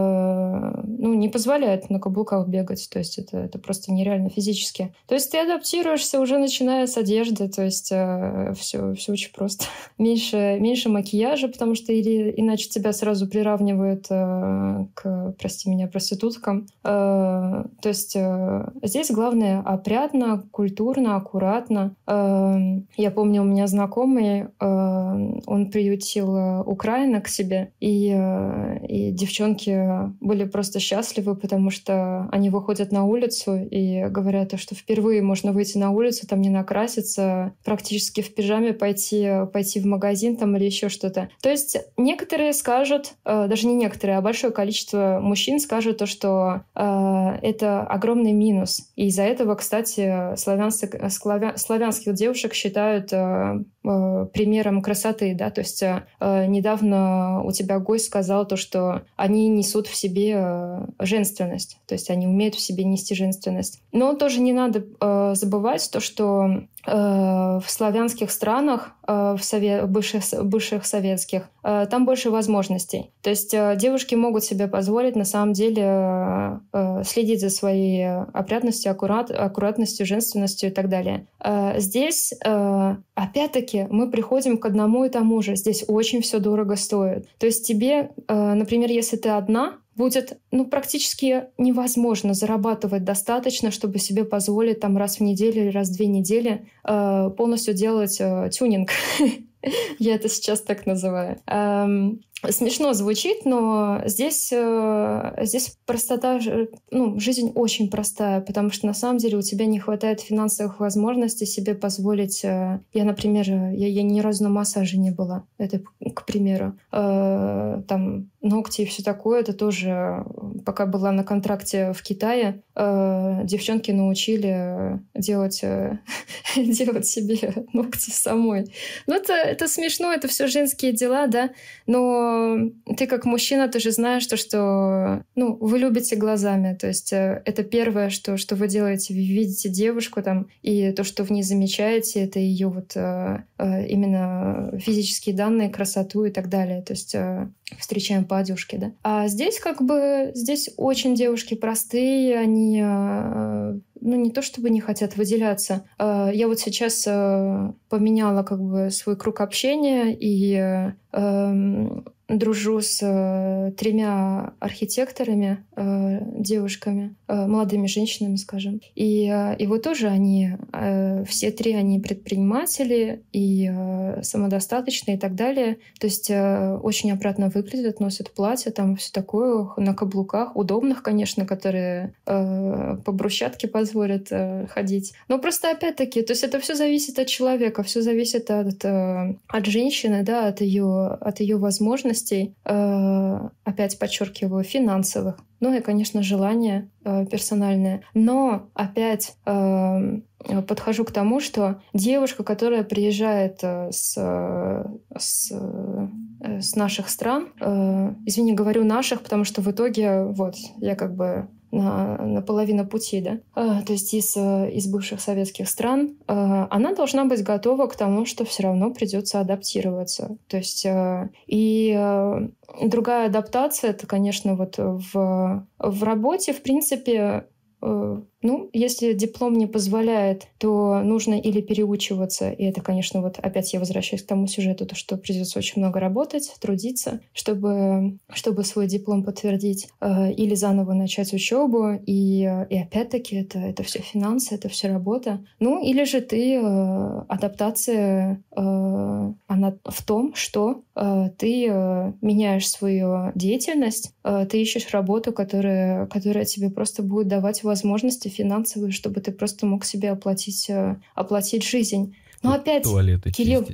Не позволяет на каблуках бегать, то есть это просто нереально физически. То есть ты адаптируешься уже начиная с одежды, то есть все очень просто. Меньше макияжа, потому что иначе тебя сразу приравнивают к, прости меня, проституткам. То есть здесь главное опрятно, культурно, аккуратно. Я помню, у меня знакомый, он приютил украинок к себе, и девчонки были просто счастливы, потому что они выходят на улицу и говорят, что впервые можно выйти на улицу, там не накраситься, практически в пижаме пойти в магазин там или еще что-то. То есть некоторые скажут, даже не некоторые, а большое количество мужчин скажут то, что это огромный минус. И из-за этого, кстати, славянских девушек считают примером красоты, да, то есть недавно у тебя гость сказал то, что они несут в себе женственность, то есть они умеют в себе нести женственность. Но тоже не надо забывать то, что в славянских странах, в бывших советских, там больше возможностей. То есть девушки могут себе позволить на самом деле следить за своей опрятностью, аккуратностью, женственностью и так далее. Здесь, опять-таки, мы приходим к одному и тому же. Здесь очень все дорого стоит. То есть тебе, например, если ты одна, будет практически невозможно зарабатывать достаточно, чтобы себе позволить там раз в неделю или раз в 2 недели полностью делать тюнинг. Я это сейчас так называю. Смешно звучит, но здесь простота, жизнь очень простая, потому что на самом деле у тебя не хватает финансовых возможностей себе позволить. Я, например, я ни разу на массаже не была, это к примеру. Там ногти и все такое, это тоже, пока была на контракте в Китае, девчонки научили делать себе ногти самой. Это смешно, это все женские дела, да, но ты как мужчина, ты же знаешь, что вы любите глазами. То есть это первое, что вы делаете. Вы видите девушку там, и то, что в ней замечаете, это ее именно физические данные, красоту и так далее. То есть встречаем по одежке, да. А здесь здесь очень девушки простые, они не то чтобы не хотят выделяться. Я вот сейчас поменяла свой круг общения и дружу с 3 архитекторами, девушками, молодыми женщинами, скажем. И вот тоже они, все 3, они предприниматели и самодостаточные и так далее. То есть очень опрятно выглядят, носят платья, там все такое, на каблуках, удобных, конечно, которые по брусчатке позволят ходить. Но просто опять-таки, то есть это все зависит от человека, все зависит от женщины, да, от ее возможностей, опять подчеркиваю, финансовых. Ну и, конечно, желание персональное. Но опять подхожу к тому, что девушка, которая приезжает с наших стран, извини, говорю наших, потому что в итоге я на половину пути, да, то есть из бывших советских стран, она должна быть готова к тому, что все равно придется адаптироваться. То есть и другая адаптация, это, конечно, в работе, в принципе, если диплом не позволяет, то нужно или переучиваться, и это, конечно, опять я возвращаюсь к тому сюжету, то, что придется очень много работать, трудиться, чтобы свой диплом подтвердить, или заново начать учебу, и опять-таки это все финансы, это все работа. Или же адаптация, она в том, что ты меняешь свою деятельность, ты ищешь работу, которая тебе просто будет давать возможности финансовые, чтобы ты просто мог себе оплатить жизнь. Но опять, Кирилл,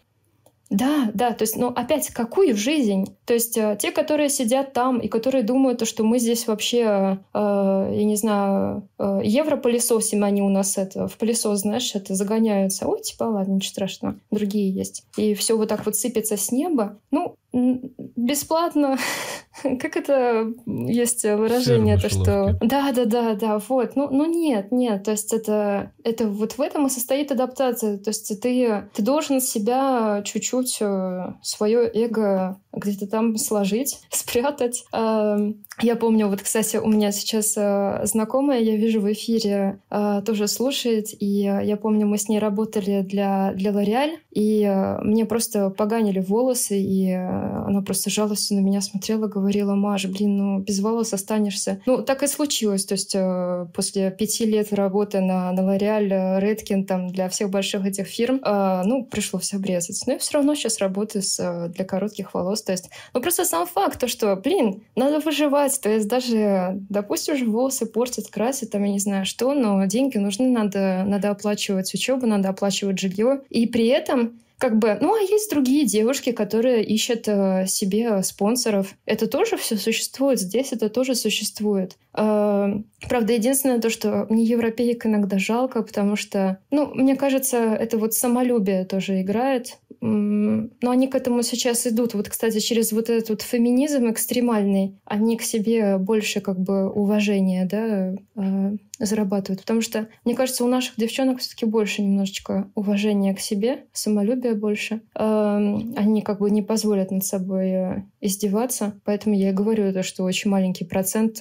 Да, то есть, опять, какую жизнь? То есть те, которые сидят там и которые думают, что мы здесь вообще, я не знаю, европылесосим, они у нас в пылесос, знаешь, загоняются. Ой, ладно, ничего страшного, другие есть. И все вот так сыпется с неба. Бесплатно. Как это есть выражение, то что... Да, вот. Нет. То есть это вот в этом и состоит адаптация. То есть ты должен себя чуть-чуть, свое эго где-то там сложить, спрятать. Я помню, кстати, у меня сейчас знакомая, я вижу в эфире, тоже слушает, и я помню, мы с ней работали для L'Oréal, и мне просто поганили волосы, и она просто жалостью на меня смотрела, говорила: Маш, без волос останешься. Так и случилось, то есть после 5 лет работы на L'Oréal, Redken, там, для всех больших этих фирм, пришлось обрезать. Но я все равно сейчас работаю для коротких волос, то есть, просто сам факт, то, что, надо выживать, то есть даже, допустим, уже волосы портят, красят, там, я не знаю что, но деньги нужны, надо оплачивать учебу, надо оплачивать жилье. И при этом как бы, ну, а есть другие девушки, которые ищут себе спонсоров. Это тоже все существует, здесь это тоже существует. Правда, единственное то, что мне европеек иногда жалко, потому что, ну, мне кажется, это вот самолюбие тоже играет. Но они к этому сейчас идут. Вот, кстати, через вот этот вот феминизм экстремальный, они к себе больше как бы уважения, да, зарабатывают. Потому что, мне кажется, у наших девчонок все-таки больше немножечко уважения к себе, самолюбия больше. Они как бы не позволят над собой издеваться. Поэтому я и говорю, то, что очень маленький процент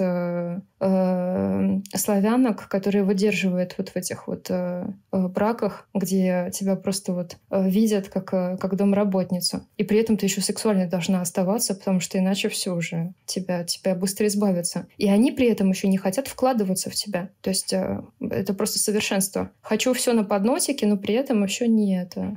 славянок, которые выдерживают вот в этих вот браках, где тебя просто вот видят как домработницу. И при этом ты еще сексуально должна оставаться, потому что иначе все уже, тебя быстро избавятся. И они при этом еще не хотят вкладываться в тебя. То есть это просто совершенство. Хочу все на подносике, но при этом еще не это...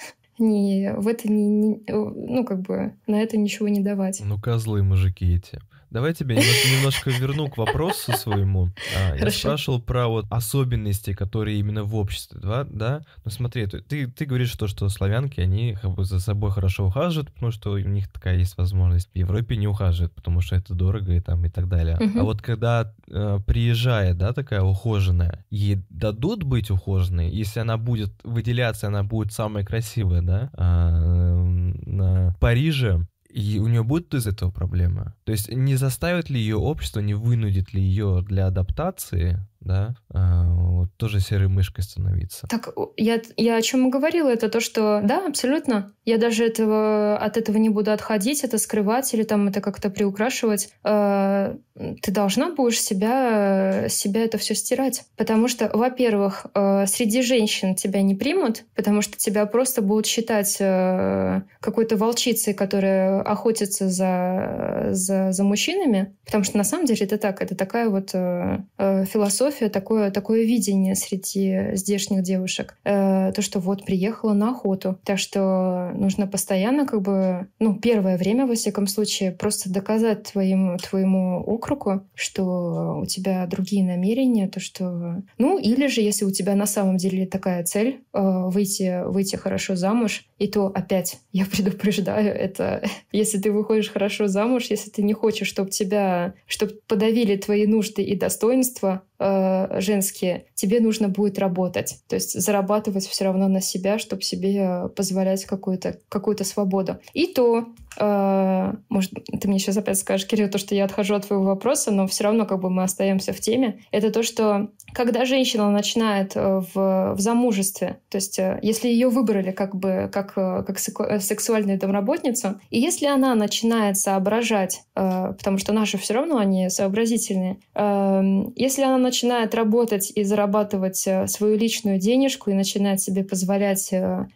ну, как бы, на это ничего не давать. Ну, козлы мужики эти. Давай тебя немножко верну к вопросу своему. Я спрашивал про вот особенности, которые именно в обществе, да? Ну смотри, ты говоришь, что славянки, они как бы за собой хорошо ухаживают, потому что у них такая есть возможность. В Европе не ухаживают, потому что это дорого и там и так далее. А вот когда приезжает, да, такая ухоженная, ей дадут быть ухоженной, если она будет выделяться, она будет самая красивая, да, на Париже. И у нее будет из этого проблема? То есть не заставит ли ее общество, не вынудит ли ее для адаптации, да, вот тоже серой мышкой становиться? Так, я о чем и говорила, это то, что да, абсолютно. Я даже от этого не буду отходить, это скрывать или там это как-то приукрашивать. Ты должна будешь себя это все стирать. Потому что, во-первых, среди женщин тебя не примут, потому что тебя просто будут считать какой-то волчицей, которая охотится за мужчинами. Потому что на самом деле это так. Это такая вот философия, такое видение среди здешних девушек. То, что вот приехала на охоту. Так что нужно постоянно как бы, ну, первое время, во всяком случае, просто доказать твоему округу, что у тебя другие намерения, то, что... Ну, или же, если у тебя на самом деле такая цель выйти хорошо замуж, и то опять я предупреждаю, это если ты выходишь хорошо замуж, если ты не хочешь, чтобы подавили твои нужды и достоинства женские, тебе нужно будет работать. То есть зарабатывать все равно на себя, чтобы себе позволять какую-то свободу. И то, может, ты мне сейчас опять скажешь, Кирилл, то, что я отхожу от твоего вопроса, но все равно как бы мы остаемся в теме. Это то, что когда женщина начинает в замужестве, то есть если ее выбрали как сексуальную домработницу, и если она начинает соображать, потому что наши все равно, они сообразительные, если она начинает работать и зарабатывать свою личную денежку и начинает себе позволять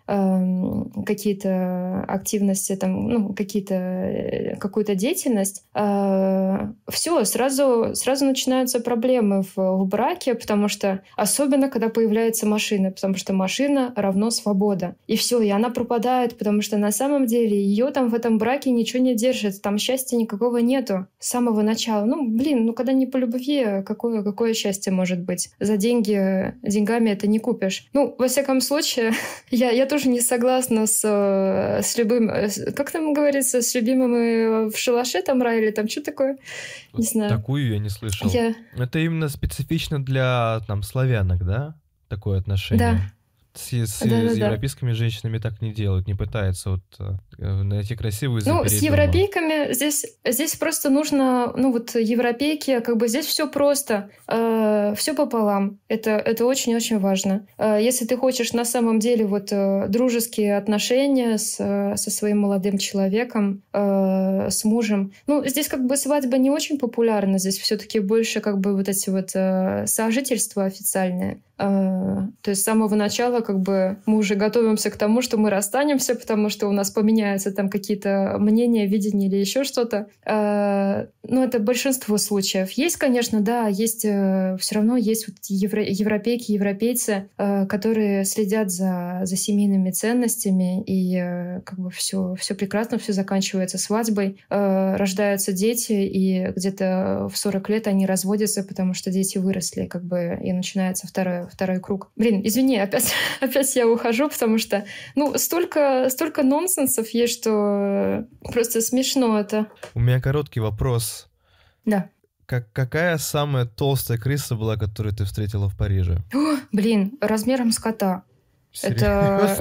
какие-то активности, там, ну, какую-то деятельность, все, сразу начинаются проблемы в браке, потому что особенно, когда появляется машина, потому что машина равно свобода. И все, и она пропадает, потому что на самом деле ее там в этом браке ничего не держит, там счастья никакого нету с самого начала. Ну, когда не по любви, какое счастье может быть? За деньгами это не купишь. Ну, во всяком случае, я тоже не согласна с любым... Как там говорится? С любимым в шалаше там рай или там что такое? Не знаю. Такую я не слышал. Это именно специфично для там славянок, да? Такое отношение? Да. С европейскими женщинами так не делают, не пытаются вот найти красивую и запереть с европейками здесь просто нужно, европейки, как бы здесь все просто, все пополам. Это очень-очень важно. Если ты хочешь на самом деле дружеские отношения со своим молодым человеком, с мужем, здесь как бы свадьба не очень популярна, здесь все-таки больше как бы вот эти сожительства официальные. То есть с самого начала как бы мы уже готовимся к тому, что мы расстанемся, потому что у нас поменяются там какие-то мнения, видения или еще что-то. Это большинство случаев. Есть, конечно, да, есть все равно есть европейки, европейцы, которые следят за семейными ценностями, и как бы все прекрасно, все заканчивается свадьбой, рождаются дети, и где-то в 40 лет они разводятся, потому что дети выросли, как бы, и начинается второе второй круг. Блин, извини, опять я ухожу, потому что, столько нонсенсов есть, что просто смешно это. У меня короткий вопрос. Да. Какая самая толстая крыса была, которую ты встретила в Париже? Блин, размером с кота. Серьезно? Это...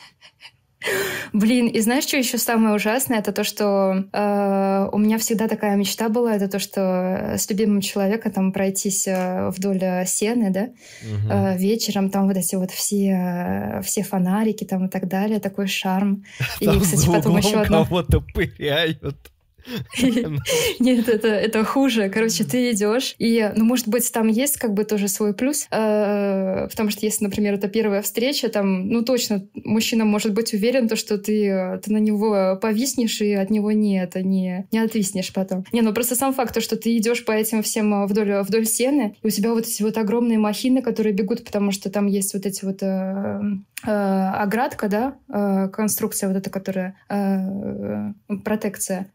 Блин, и знаешь, что еще самое ужасное? Это то, что у меня всегда такая мечта была, это то, что с любимым человеком там пройтись вдоль Сены, да, вечером, там вот эти вот все фонарики там и так далее, такой шарм. Там И, кстати, за потом углом еще одно... кого-то пыряют. Нет, это хуже. Короче, ты идешь, и, может быть, там есть как бы тоже свой плюс, потому что если, например, это первая встреча, там, точно мужчина может быть уверен, то, что ты на него повиснешь и от него не отвиснешь потом. Просто сам факт, то, что ты идешь по этим всем вдоль Сены, и у тебя вот эти вот огромные махины, которые бегут, потому что там есть вот эти вот оградка, да, конструкция вот эта, которая протекция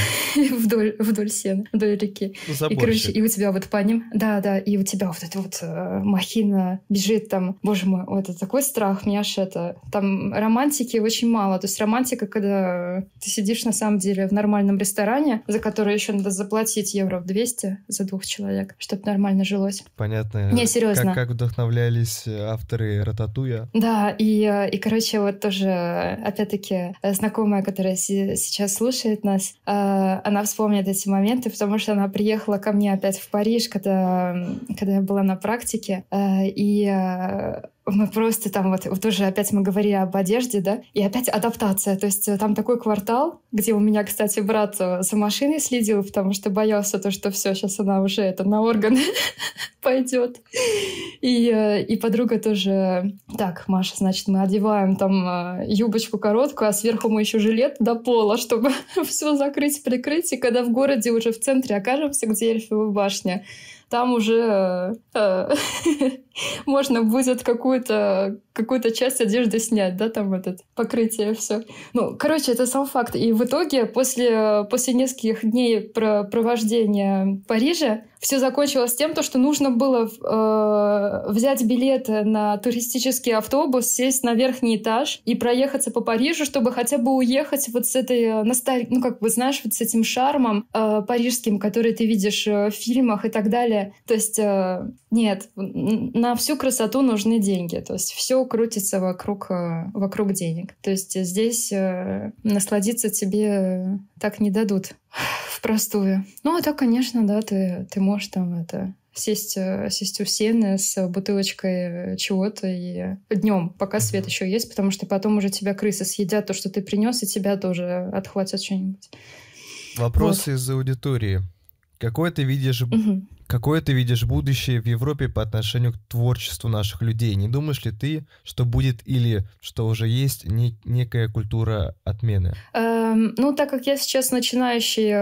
вдоль Сены, вдоль реки. И, короче, и у тебя вот по ним, да, и у тебя вот эта вот махина бежит там, боже мой, это такой страх, меня аж это... Там романтики очень мало, то есть романтика, когда ты сидишь на самом деле в нормальном ресторане, за который еще надо заплатить евро 200 за 2 человек, чтобы нормально жилось. Понятно. Не, серьезно. Как вдохновлялись авторы «Рататуя». Да, и, короче, вот тоже, опять-таки, знакомая, которая сейчас слушает нас, она вспомнит эти моменты, потому что она приехала ко мне опять в Париж, когда я была на практике, и мы просто там вот уже опять мы говорили об одежде, да, и опять адаптация. То есть там такой квартал, где у меня, кстати, брат за машиной следил, потому что боялся то, что все, сейчас она уже на органы пойдет. И подруга тоже: так, Маша, значит, мы одеваем там юбочку короткую, а сверху мы еще жилет до пола, чтобы все закрыть, прикрыть. И когда в городе уже в центре окажемся, где Эйфелева башня, там уже можно будет какую-то часть одежды снять, да, там покрытие, все. Короче, это сам факт. И в итоге после нескольких дней провождения в Париже все закончилось тем, что нужно было взять билет на туристический автобус, сесть на верхний этаж и проехаться по Парижу, чтобы хотя бы уехать вот с этой ностальгией, знаешь, вот с этим шармом парижским, который ты видишь в фильмах и так далее. То есть нет, на всю красоту нужны деньги. То есть все крутится вокруг денег. То есть здесь насладиться тебе так не дадут впростую. А так, конечно, да, ты можешь там сесть у Сены с бутылочкой чего-то и днем, пока свет еще есть, потому что потом уже тебя крысы съедят то, что ты принес, и тебя тоже отхватят что-нибудь. Вопрос из аудитории. Какое ты видишь будущее в Европе по отношению к творчеству наших людей? Не думаешь ли ты, что будет или что уже есть некая культура отмены? Так как я сейчас начинающий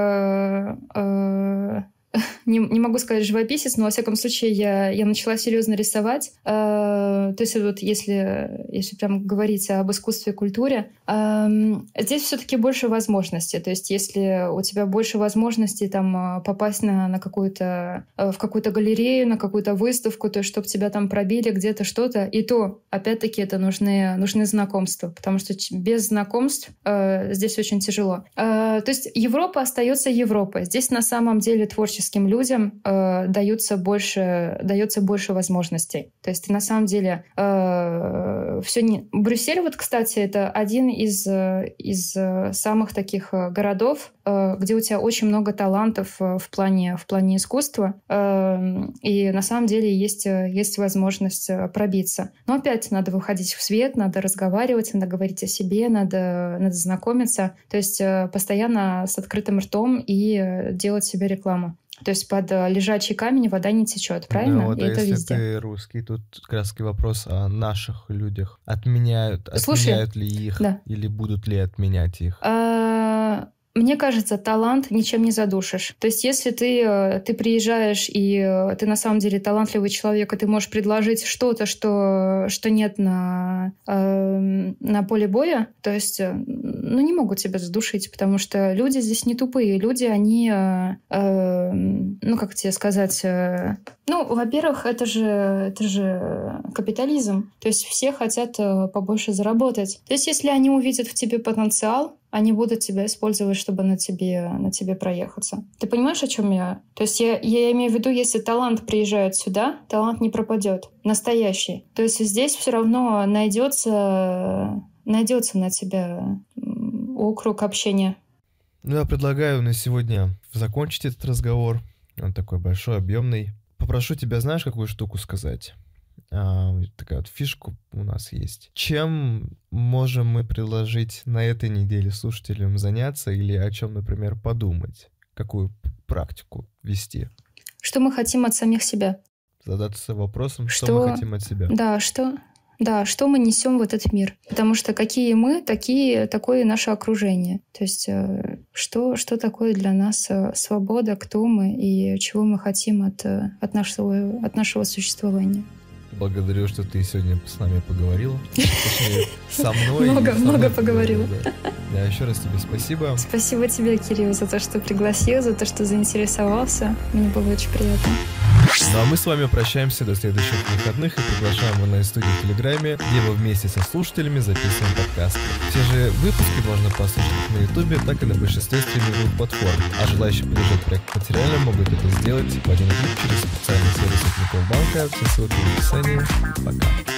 не могу сказать живописец, но во всяком случае я начала серьезно рисовать. То есть вот если прям говорить об искусстве и культуре, здесь все-таки больше возможностей. То есть если у тебя больше возможностей там попасть в какую-то галерею, на какую-то выставку, то есть чтобы тебя там пробили где-то что-то, и то, опять-таки, это нужны знакомства, потому что без знакомств здесь очень тяжело. То есть Европа остается Европой. Здесь на самом деле творческим людям дается больше возможностей. То есть на самом деле все не... Брюссель, вот, кстати, это один из самых таких городов, где у тебя очень много талантов в плане искусства, и на самом деле есть возможность пробиться. Но опять надо выходить в свет, надо разговаривать, надо говорить о себе, надо знакомиться, то есть постоянно с открытым ртом и делать себе рекламу. То есть под лежачий камень вода не течет, правильно? Да, вот, и это если везде. ты русский, тут как раз вопрос о наших людях. Отменяют ли их, да. или будут ли отменять их? Мне кажется, талант ничем не задушишь. То есть если ты приезжаешь, и ты на самом деле талантливый человек, и ты можешь предложить что-то, что нет на поле боя, то есть не могут тебя задушить, потому что люди здесь не тупые. Люди, они, как тебе сказать... во-первых, это же капитализм. То есть все хотят побольше заработать. То есть если они увидят в тебе потенциал, они будут тебя использовать, чтобы на тебе проехаться. Ты понимаешь, о чем я? То есть я имею в виду, если талант приезжает сюда, талант не пропадет. Настоящий. То есть здесь все равно найдется на тебя округ общения. Я предлагаю на сегодня закончить этот разговор. Он такой большой, объемный. Попрошу тебя, знаешь, какую штуку сказать? Такая вот фишка у нас есть. Чем можем мы предложить на этой неделе слушателям заняться или о чем, например, подумать? Какую практику вести? Что мы хотим от самих себя? Задаться вопросом, что мы хотим от себя. Что мы несем в этот мир. Потому что какие мы, такое наше окружение. То есть что такое для нас свобода, кто мы и чего мы хотим от нашего существования. Благодарю, что ты сегодня с нами поговорила. Точнее, со мной. Много поговорила. Да, еще раз тебе спасибо. Спасибо тебе, Кирилл, за то, что пригласил, за то, что заинтересовался. Мне было очень приятно. Ну а мы с вами прощаемся до следующих выходных и приглашаем в онлайн-студию в Телеграме, где мы вместе со слушателями записываем подкасты. Все же выпуски можно послушать как на Ютубе, так и на большинстве стриминговых платформ. А желающие поддержать проект материально могут это сделать в один клик через специальный сервис Тинькофф банка. Все ссылки в описании. Пока.